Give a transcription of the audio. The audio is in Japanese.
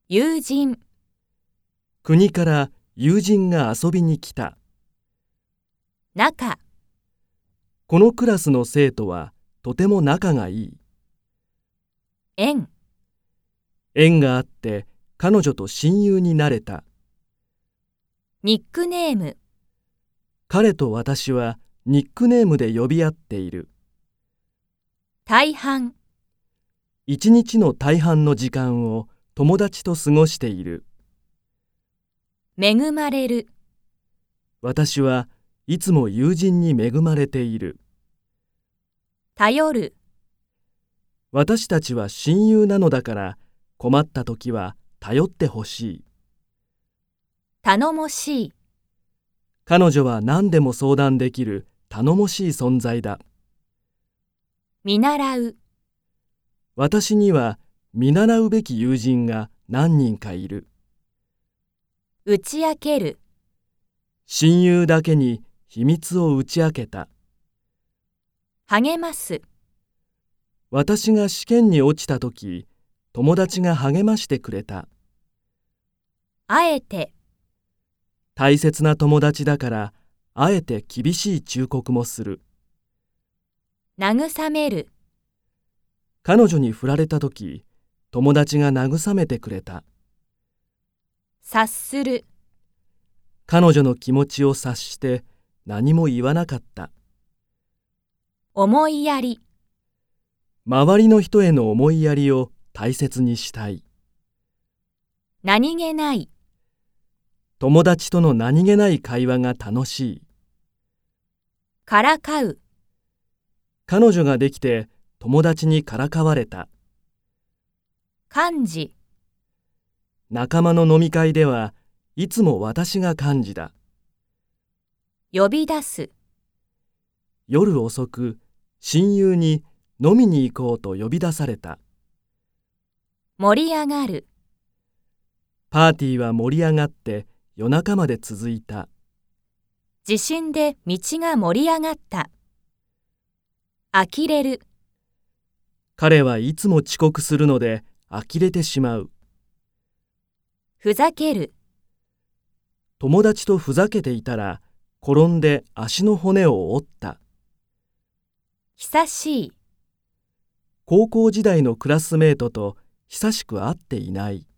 友人、 国から友人が遊びに来た。 仲、 このクラスの生徒はとても仲がいい。 縁、 縁があって彼女と親友になれた。 ニックネーム、 彼と私はニックネームで呼び合っている。 大半、 一日の大半の時間を友達と過ごしている。 恵まれる、 私はいつも友人に恵まれている。 頼る、 私たちは親友なのだから困った時は頼ってほしい。 頼もしい、 彼女は何でも相談できる頼もしい存在だ。 見習う、 私には見習うべき友人が何人かいる。 打ち明ける、 親友だけに秘密を打ち明けた。 励ます、 私が試験に落ちた時、友達が励ましてくれた。 あえて、 大切な友達だからあえて厳しい忠告もする。 慰める、 彼女に振られた時、友達が慰めてくれた。 察する、 彼女の気持ちを察して何も言わなかった。 思いやり、 周りの人への思いやりを大切にしたい。 何気ない、 友達との何気ない会話が楽しい。 からかう、 彼女ができて友達にからかわれた。 幹事、 仲間の飲み会ではいつも私が幹事だ。 呼び出す、 夜遅く親友に飲みに行こうと呼び出された。 盛り上がる、 パーティーは盛り上がって夜中まで続いた。 地震で道が盛り上がった。呆れる、 彼はいつも遅刻するので呆れてしまう。 ふざける、 友達とふざけていたら転んで足の骨を折った。 久しい、 高校時代のクラスメートと久しく会っていない。